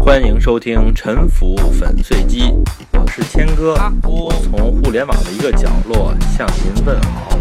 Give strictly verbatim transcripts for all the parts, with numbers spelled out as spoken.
欢迎收听沉浮粉碎机，我是谦哥，我从互联网的一个角落向您问好。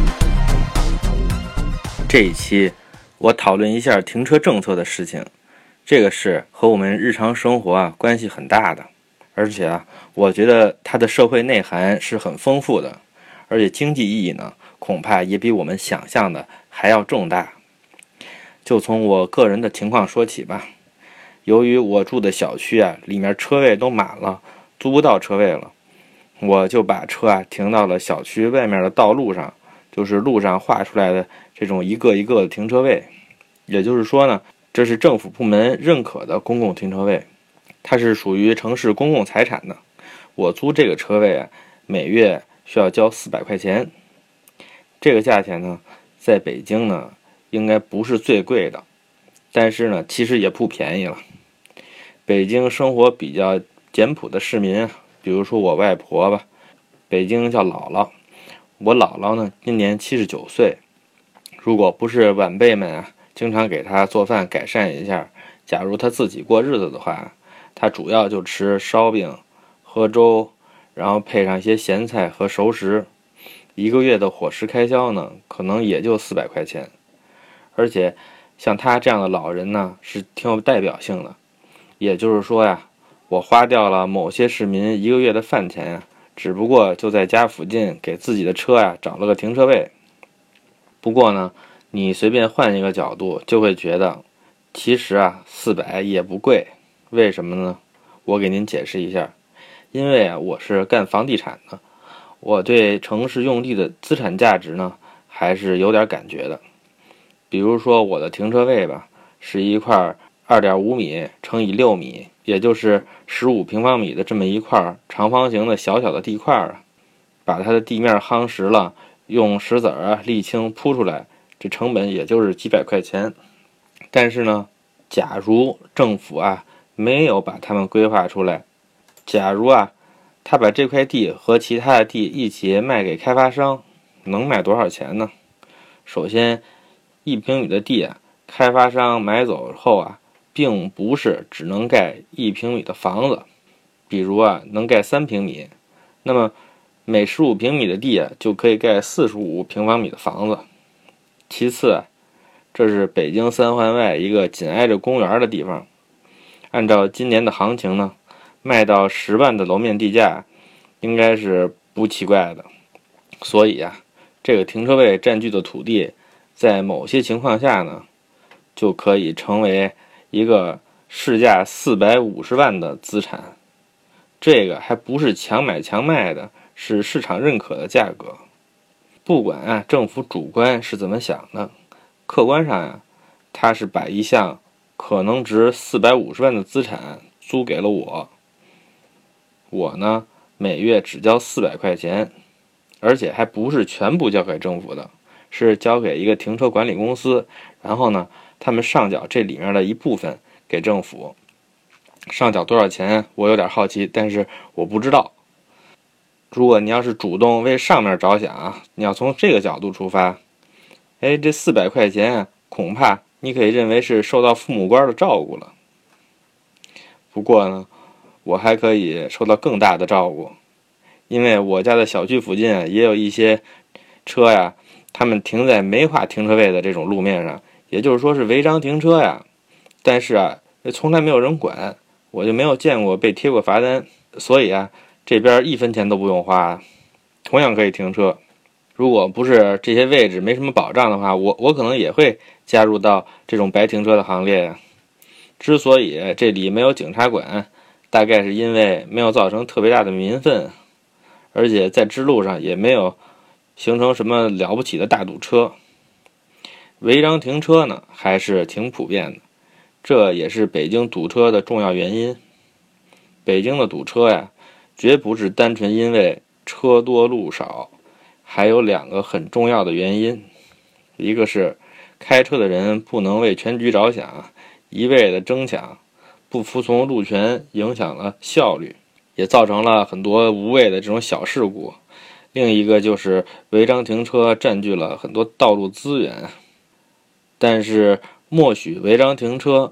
这一期我讨论一下停车政策的事情，这个事和我们日常生活啊关系很大的，而且啊，我觉得它的社会内涵是很丰富的，而且经济意义呢，恐怕也比我们想象的还要重大。就从我个人的情况说起吧。由于我住的小区啊，里面车位都满了，租不到车位了，我就把车啊停到了小区外面的道路上，就是路上画出来的这种一个一个的停车位。也就是说呢，这是政府部门认可的公共停车位，它是属于城市公共财产的。我租这个车位啊，每月需要交四百块钱。这个价钱呢，在北京呢，应该不是最贵的，但是呢，其实也不便宜了。北京生活比较简朴的市民，比如说我外婆吧，北京叫姥姥，我姥姥呢今年七十九岁。如果不是晚辈们啊经常给她做饭改善一下，假如她自己过日子的话，她主要就吃烧饼、喝粥，然后配上一些咸菜和熟食，一个月的伙食开销呢，可能也就四百块钱。而且像她这样的老人呢，是挺有代表性的。也就是说呀，我花掉了某些市民一个月的饭钱呀，只不过就在家附近给自己的车呀找了个停车位。不过呢，你随便换一个角度，就会觉得，其实啊，四百也不贵。为什么呢？我给您解释一下。因为啊，我是干房地产的，我对城市用地的资产价值呢，还是有点感觉的。比如说我的停车位吧，是一块二点五米乘以六米，也就是十五平方米的这么一块长方形的小小的地块啊，把它的地面夯实了，用石子啊沥青铺出来，这成本也就是几百块钱。但是呢，假如政府啊没有把它们规划出来，假如啊他把这块地和其他的地一起卖给开发商，能卖多少钱呢？首先，一平米的地啊，开发商买走后啊，并不是只能盖一平米的房子，比如啊能盖三平米，那么每十五平米的地啊就可以盖四十五平方米的房子。其次啊，这是北京三环外一个紧挨着公园的地方，按照今年的行情呢，卖到十万的楼面地价应该是不奇怪的。所以啊，这个停车位占据的土地在某些情况下呢，就可以成为一个市价四百五十万的资产。这个还不是强买强卖的，是市场认可的价格。不管啊政府主观是怎么想的，客观上啊，他是把一项可能值四百五十万的资产租给了我。我呢，每月只交四百块钱，而且还不是全部交给政府的，是交给一个停车管理公司，然后呢，他们上缴这里面的一部分给政府。上缴多少钱我有点好奇，但是我不知道。如果你要是主动为上面着想啊，你要从这个角度出发，哎，这四百块钱啊，恐怕你可以认为是受到父母官的照顾了。不过呢，我还可以受到更大的照顾，因为我家的小区附近啊，也有一些车呀，他们停在没划停车位的这种路面上，也就是说是违章停车呀。但是啊，从来没有人管，我就没有见过被贴过罚单，所以啊，这边一分钱都不用花，同样可以停车。如果不是这些位置没什么保障的话，我我可能也会加入到这种白停车的行列呀。之所以这里没有警察管，大概是因为没有造成特别大的民愤，而且在支路上也没有形成什么了不起的大堵车。违章停车呢，还是挺普遍的，这也是北京堵车的重要原因。北京的堵车呀，绝不是单纯因为车多路少，还有两个很重要的原因。一个是开车的人不能为全局着想，一味的争抢，不服从路权，影响了效率，也造成了很多无谓的这种小事故。另一个就是违章停车占据了很多道路资源，但是默许违章停车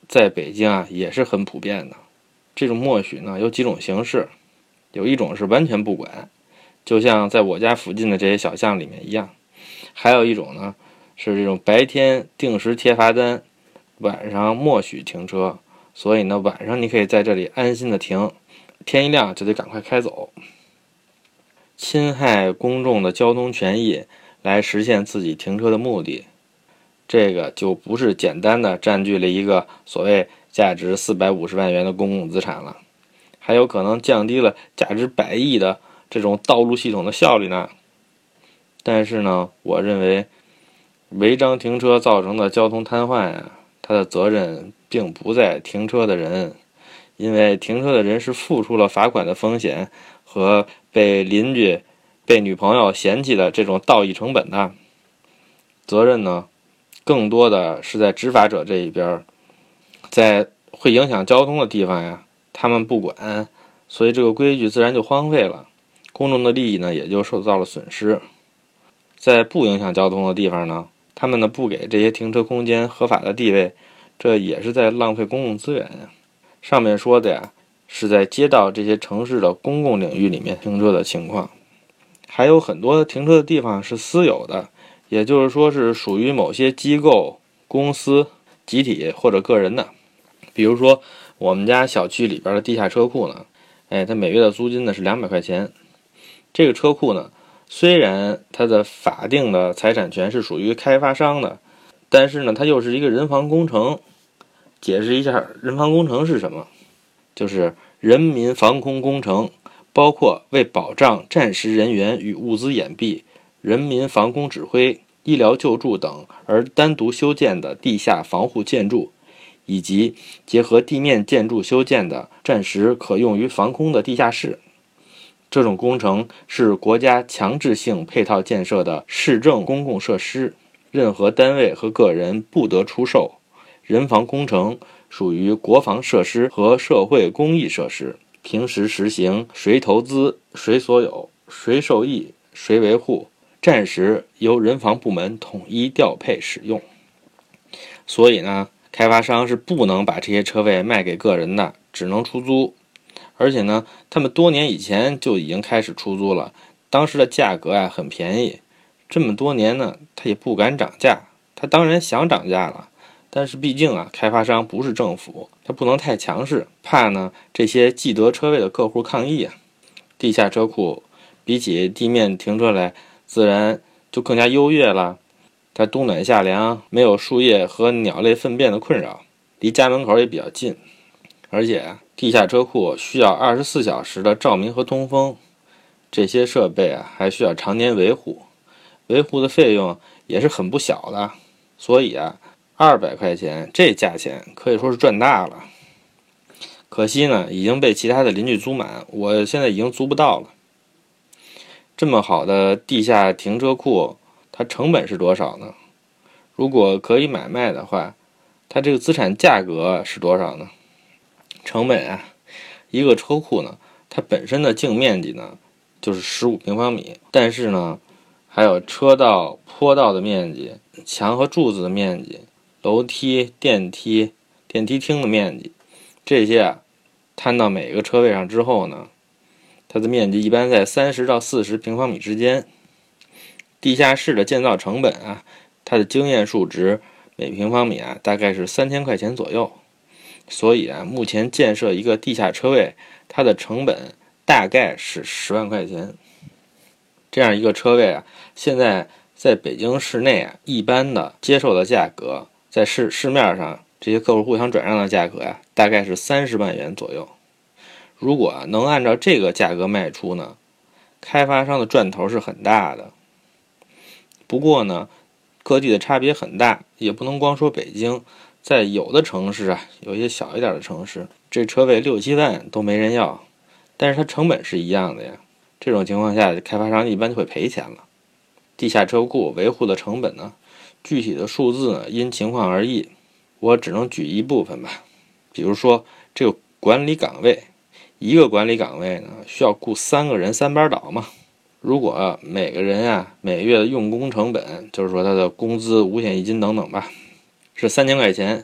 在北京啊也是很普遍的。这种默许呢有几种形式，有一种是完全不管，就像在我家附近的这些小巷里面一样，还有一种呢是这种白天定时贴罚单，晚上默许停车，所以呢晚上你可以在这里安心的停，天一亮就得赶快开走。侵害公众的交通权益来实现自己停车的目的，这个就不是简单的占据了一个所谓价值四百五十万元的公共资产了，还有可能降低了价值百亿的这种道路系统的效率呢。但是呢，我认为违章停车造成的交通瘫痪呀，它的责任并不在停车的人，因为停车的人是付出了罚款的风险和被邻居、被女朋友嫌弃的这种道义成本的责任呢，更多的是在执法者这一边，在会影响交通的地方呀，他们不管，所以这个规矩自然就荒废了，公众的利益呢也就受到了损失。在不影响交通的地方呢，他们呢不给这些停车空间合法的地位，这也是在浪费公共资源呀。上面说的呀，是在街道这些城市的公共领域里面停车的情况，还有很多停车的地方是私有的，也就是说是属于某些机构、公司、集体或者个人的。比如说我们家小区里边的地下车库呢，哎，它每月的租金呢是两百块钱。这个车库呢，虽然它的法定的财产权是属于开发商的，但是呢，它又是一个人防工程。解释一下，人防工程是什么？就是人民防空工程，包括为保障战时人员与物资掩蔽、人民防空指挥、医疗救助等而单独修建的地下防护建筑，以及结合地面建筑修建的战时可用于防空的地下室。这种工程是国家强制性配套建设的市政公共设施，任何单位和个人不得出售。人防工程属于国防设施和社会公益设施，平时实行谁投资、谁所有、谁受益、谁维护，战时由人防部门统一调配使用。所以呢，开发商是不能把这些车位卖给个人的，只能出租。而且呢，他们多年以前就已经开始出租了，当时的价格啊很便宜，这么多年呢，他也不敢涨价，他当然想涨价了。但是毕竟啊，开发商不是政府，他不能太强势，怕呢这些既得车位的客户抗议啊。地下车库比起地面停车来，自然就更加优越了。它冬暖夏凉，没有树叶和鸟类粪便的困扰，离家门口也比较近。而且啊，地下车库需要二十四小时的照明和通风，这些设备啊还需要常年维护，维护的费用也是很不小的。所以啊，二百块钱这价钱可以说是赚大了。可惜呢，已经被其他的邻居租满，我现在已经租不到了。这么好的地下停车库，它成本是多少呢？如果可以买卖的话，它这个资产价格是多少呢？成本啊，一个车库呢，它本身的净面积呢就是十五平方米，但是呢，还有车道、坡道的面积、墙和柱子的面积、楼梯、电梯、电梯厅的面积，这些啊，摊到每个车位上之后呢，它的面积一般在三十到四十平方米之间。地下室的建造成本啊，它的经验数值每平方米啊大概是三千块钱左右。所以啊，目前建设一个地下车位，它的成本大概是十万块钱。这样一个车位啊，现在在北京市内啊，一般的接受的价格，在市市面上这些客户互相转让的价格呀、啊，大概是三十万元左右。如果、啊、能按照这个价格卖出呢，开发商的赚头是很大的。不过呢，各地的差别很大，也不能光说北京。在有的城市啊，有一些小一点的城市，这车位六七万都没人要，但是它成本是一样的呀。这种情况下，开发商一般就会赔钱了。地下车库维护的成本呢，具体的数字呢因情况而异，我只能举一部分吧。比如说这个管理岗位，一个管理岗位呢需要雇三个人三班倒嘛。如果每个人啊每月的用工成本，就是说他的工资、五险一金等等吧，是三千块钱，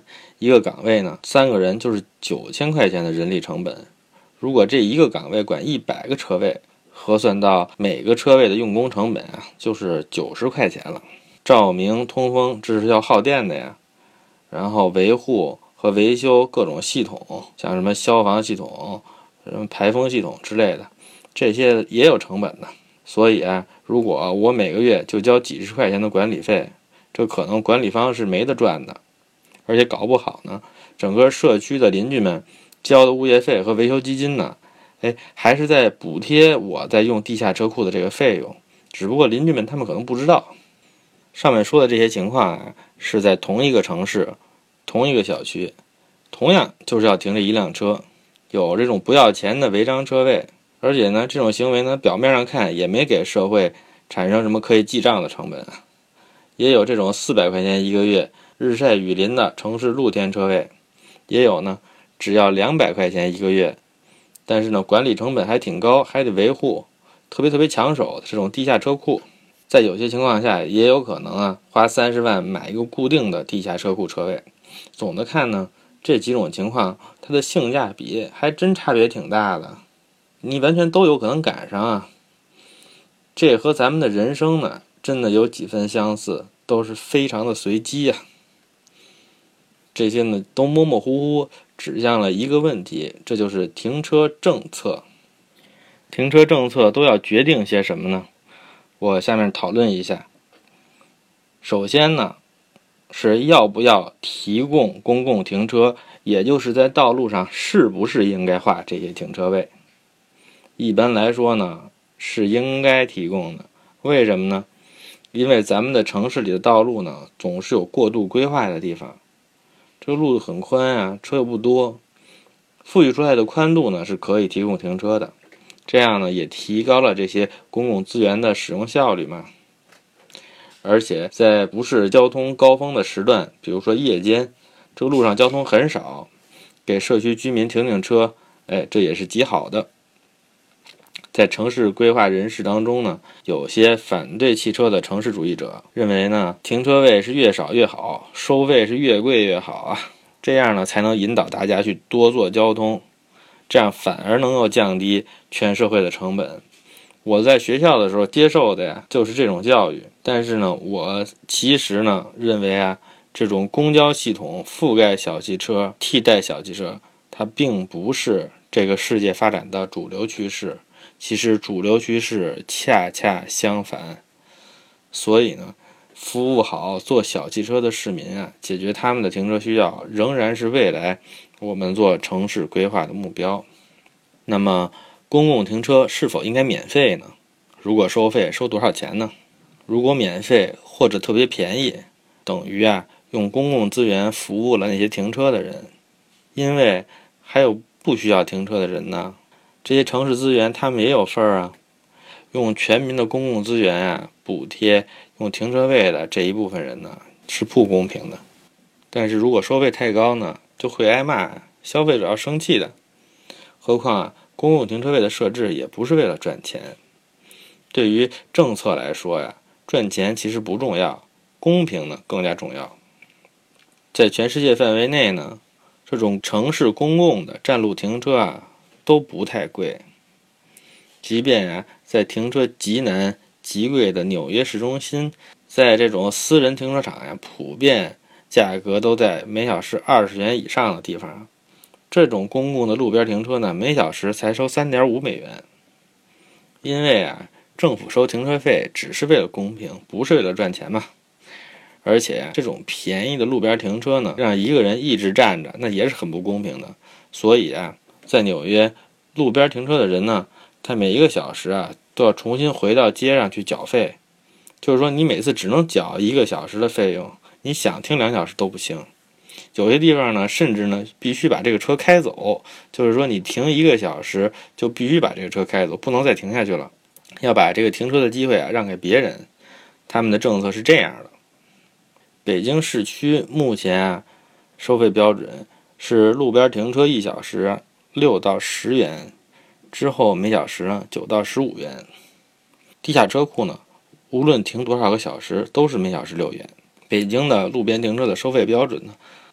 一个岗位呢，三个人就是九千块钱的人力成本。如果这一个岗位管一百个车位，核算到每个车位的用工成本啊，就是九十块钱了。照明、通风这是要耗电的呀，然后维护和维修各种系统，像什么消防系统、什么排风系统之类的，这些也有成本的。所以啊，如果我每个月就交几十块钱的管理费，这可能管理方是没得赚的。而且搞不好呢，整个社区的邻居们交的物业费和维修基金呢，哎，还是在补贴我在用地下车库的这个费用，只不过邻居们他们可能不知道。上面说的这些情况啊，是在同一个城市、同一个小区，同样就是要停这一辆车，有这种不要钱的违章车位，而且呢，这种行为呢，表面上看也没给社会产生什么可以记账的成本，也有这种四百块钱一个月日晒雨淋的城市露天车位，也有呢只要两百块钱一个月，但是呢管理成本还挺高，还得维护，特别特别抢手的这种地下车库。在有些情况下也有可能啊花三十万买一个固定的地下车库车位。总的看呢，这几种情况它的性价比还真差别挺大的，你完全都有可能赶上啊。这和咱们的人生呢真的有几分相似，都是非常的随机啊。这些呢都模模糊糊指向了一个问题，这就是停车政策。停车政策都要决定些什么呢？我下面讨论一下。首先呢，是要不要提供公共停车，也就是在道路上是不是应该划这些停车位。一般来说呢，是应该提供的。为什么呢？因为咱们的城市里的道路呢，总是有过度规划的地方。这个路很宽啊，车又不多，赋予出来的宽度呢是可以提供停车的，这样呢也提高了这些公共资源的使用效率嘛。而且在不是交通高峰的时段，比如说夜间，这个路上交通很少，给社区居民停停车，哎，这也是极好的。在城市规划人士当中呢，有些反对汽车的城市主义者认为呢，停车位是越少越好，收费是越贵越好啊，这样呢才能引导大家去多做交通，这样反而能够降低全社会的成本。我在学校的时候接受的呀就是这种教育，但是呢，我其实呢认为啊，这种公交系统覆盖小汽车、替代小汽车，它并不是这个世界发展的主流趋势。其实主流趋势恰恰相反，所以呢，服务好做小汽车的市民啊，解决他们的停车需要，仍然是未来我们做城市规划的目标。那么，公共停车是否应该免费呢？如果收费，收多少钱呢？如果免费或者特别便宜，等于啊用公共资源服务了那些停车的人，因为还有不需要停车的人呢。这些城市资源他们也有份儿啊，用全民的公共资源啊补贴用停车位的这一部分人呢是不公平的。但是如果收费太高呢，就会挨骂，消费者要生气的。何况啊，公共停车位的设置也不是为了赚钱。对于政策来说呀，赚钱其实不重要，公平呢更加重要。在全世界范围内呢，这种城市公共的占路停车啊都不太贵，即便啊在停车极难极贵的纽约市中心，在这种私人停车场呀，普遍价格都在每小时二十元以上的地方，这种公共的路边停车呢，每小时才收 三点五美元。因为啊，政府收停车费只是为了公平，不是为了赚钱嘛。而且啊，这种便宜的路边停车呢，让一个人一直站着，那也是很不公平的。所以啊，在纽约路边停车的人呢，他每一个小时啊都要重新回到街上去缴费，就是说你每次只能缴一个小时的费用，你想停两小时都不行。有些地方呢，甚至呢必须把这个车开走，就是说你停一个小时就必须把这个车开走，不能再停下去了，要把这个停车的机会啊让给别人。他们的政策是这样的。北京市区目前啊收费标准是路边停车一小时六到十元，之后每小时呢九到十五元。地下车库呢，无论停多少个小时都是每小时六元。北京的路边停车的收费标准呢，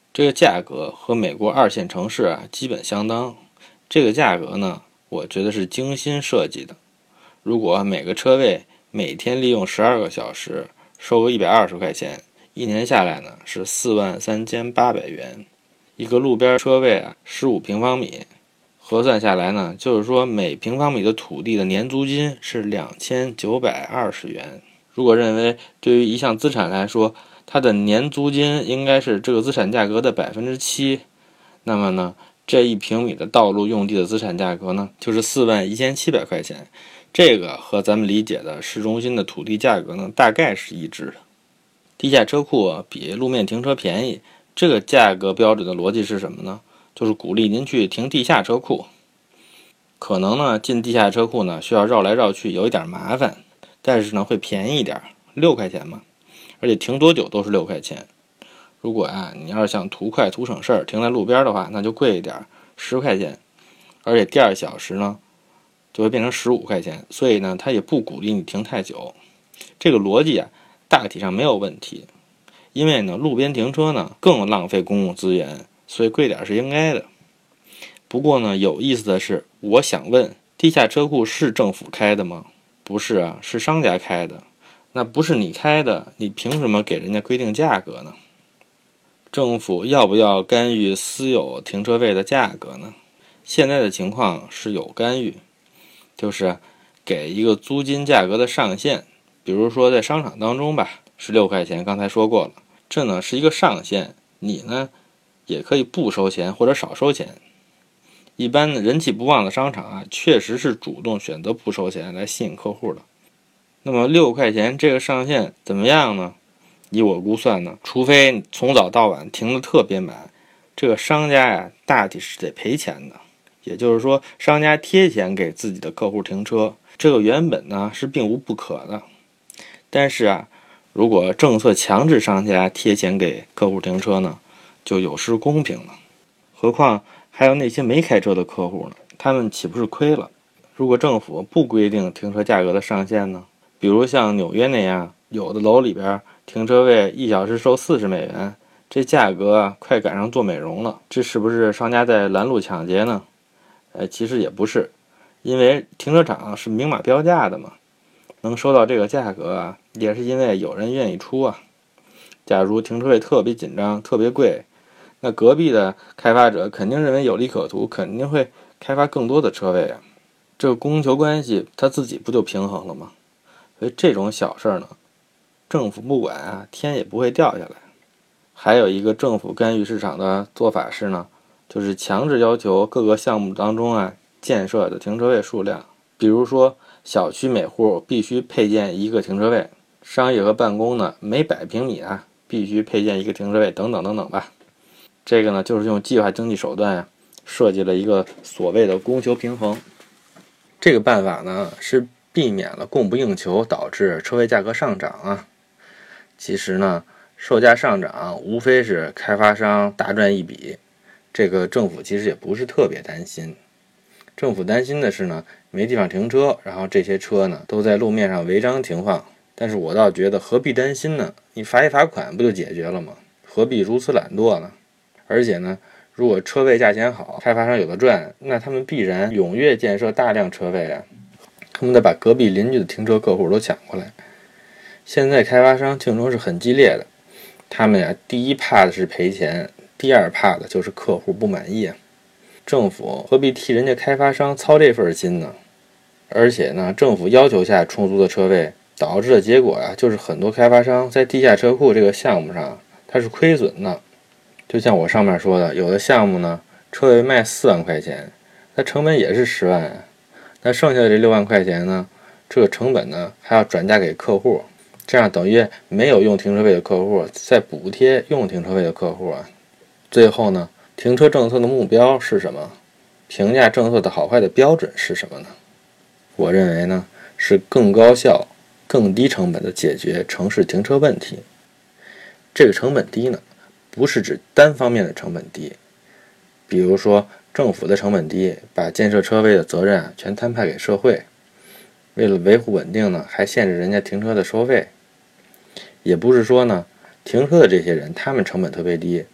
这个价格和美国二线城市啊基本相当。这个价格呢，我觉得是精心设计的。如果每个车位每天利用十二个小时，收个一百二十块钱，一年下来呢是四万三千八百元。一个路边车位啊，十五平方米，核算下来呢，就是说每平方米的土地的年租金是两千九百二十元。如果认为对于一项资产来说，它的年租金应该是这个资产价格的百分之七，那么呢，这一平米的道路用地的资产价格呢，就是四万一千七百块钱。这个和咱们理解的市中心的土地价格呢，大概是一致的。地下车库啊，比路面停车便宜。这个价格标准的逻辑是什么呢？就是鼓励您去停地下车库。可能呢，进地下车库呢需要绕来绕去，有一点麻烦，但是呢会便宜一点，六块钱嘛，而且停多久都是六块钱。如果啊你要是想图快图省事儿，停在路边的话，那就贵一点，十块钱，而且第二小时呢就会变成十五块钱，所以呢它也不鼓励你停太久。这个逻辑啊大体上没有问题。因为呢，路边停车呢更浪费公共资源，所以贵点是应该的。不过呢，有意思的是，我想问，地下车库是政府开的吗？不是啊，是商家开的。那不是你开的，你凭什么给人家规定价格呢？政府要不要干预私有停车位的价格呢？现在的情况是有干预，就是给一个租金价格的上限，比如说在商场当中吧。十六块钱，刚才说过了，这呢是一个上限，你呢也可以不收钱或者少收钱。一般人气不旺的商场啊，确实是主动选择不收钱来吸引客户的。那么六块钱这个上限怎么样呢？以我估算呢，除非从早到晚停得特别满，这个商家呀大体是得赔钱的。也就是说，商家贴钱给自己的客户停车，这个原本呢是并无不可的。但是啊，如果政策强制商家贴钱给客户停车呢，就有失公平了。何况还有那些没开车的客户呢，他们岂不是亏了？如果政府不规定停车价格的上限呢？比如像纽约那样，有的楼里边停车位一小时收四十美元，这价格啊快赶上做美容了。这是不是商家在拦路抢劫呢？呃，其实也不是，因为停车场是明码标价的嘛。能收到这个价格啊，也是因为有人愿意出啊。假如停车位特别紧张、特别贵，那隔壁的开发者肯定认为有利可图，肯定会开发更多的车位啊。这个供求关系，他自己不就平衡了吗？所以这种小事呢，政府不管啊，天也不会掉下来。还有一个政府干预市场的做法是呢，就是强制要求各个项目当中啊建设的停车位数量，比如说小区每户必须配建一个停车位，商业和办公呢每百平米啊必须配建一个停车位，等等等等吧。这个呢就是用计划经济手段呀、啊、设计了一个所谓的供求平衡。这个办法呢是避免了供不应求导致车位价格上涨啊。其实呢售价上涨无非是开发商大赚一笔，这个政府其实也不是特别担心。政府担心的是呢没地方停车，然后这些车呢都在路面上违章停放。但是我倒觉得何必担心呢？你罚一罚款不就解决了吗？何必如此懒惰呢？而且呢，如果车位价钱好，开发商有的赚，那他们必然踊跃建设大量车位啊，他们得把隔壁邻居的停车客户都抢过来。现在开发商竞争是很激烈的，他们呀第一怕的是赔钱，第二怕的就是客户不满意啊。政府何必替人家开发商操这份心呢？而且呢，政府要求下充足的车位，导致的结果啊，就是很多开发商在地下车库这个项目上，它是亏损的。就像我上面说的，有的项目呢，车位卖四万块钱，它成本也是十万啊。那剩下的这六万块钱呢，这个成本呢还要转嫁给客户，这样等于没有用停车位的客户再补贴用停车位的客户啊。最后呢，停车政策的目标是什么？评价政策的好坏的标准是什么呢？我认为呢，是更高效、更低成本的解决城市停车问题。这个成本低呢，不是指单方面的成本低，比如说政府的成本低，把建设车位的责任啊全摊派给社会，为了维护稳定呢，还限制人家停车的收费。也不是说呢，停车的这些人他们成本特别低，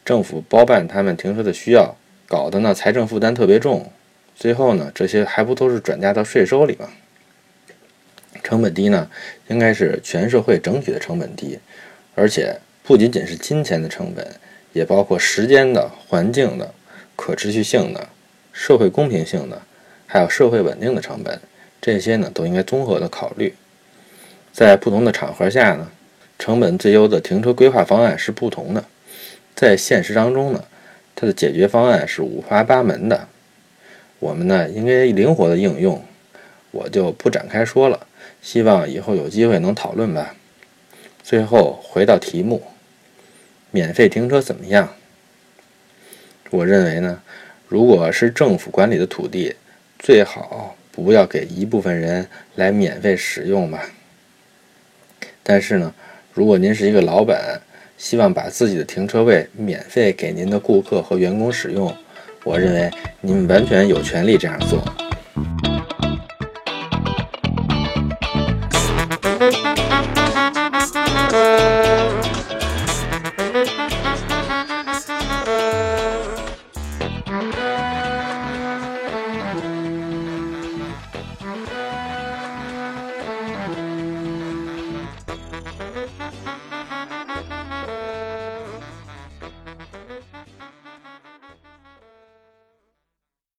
政府包办他们停车的需要，搞得呢财政负担特别重，最后呢这些还不都是转嫁到税收里吗？成本低呢，应该是全社会整体的成本低，而且不仅仅是金钱的成本，也包括时间的、环境的、可持续性的、社会公平性的，还有社会稳定的成本，这些呢都应该综合的考虑。在不同的场合下呢，成本最优的停车规划方案是不同的，在现实当中呢，它的解决方案是五花八门的，我们呢应该灵活的应用，我就不展开说了，希望以后有机会能讨论吧。最后回到题目，免费停车怎么样？我认为呢，如果是政府管理的土地，最好不要给一部分人来免费使用吧。但是呢，如果您是一个老板，希望把自己的停车位免费给您的顾客和员工使用，我认为您完全有权利这样做。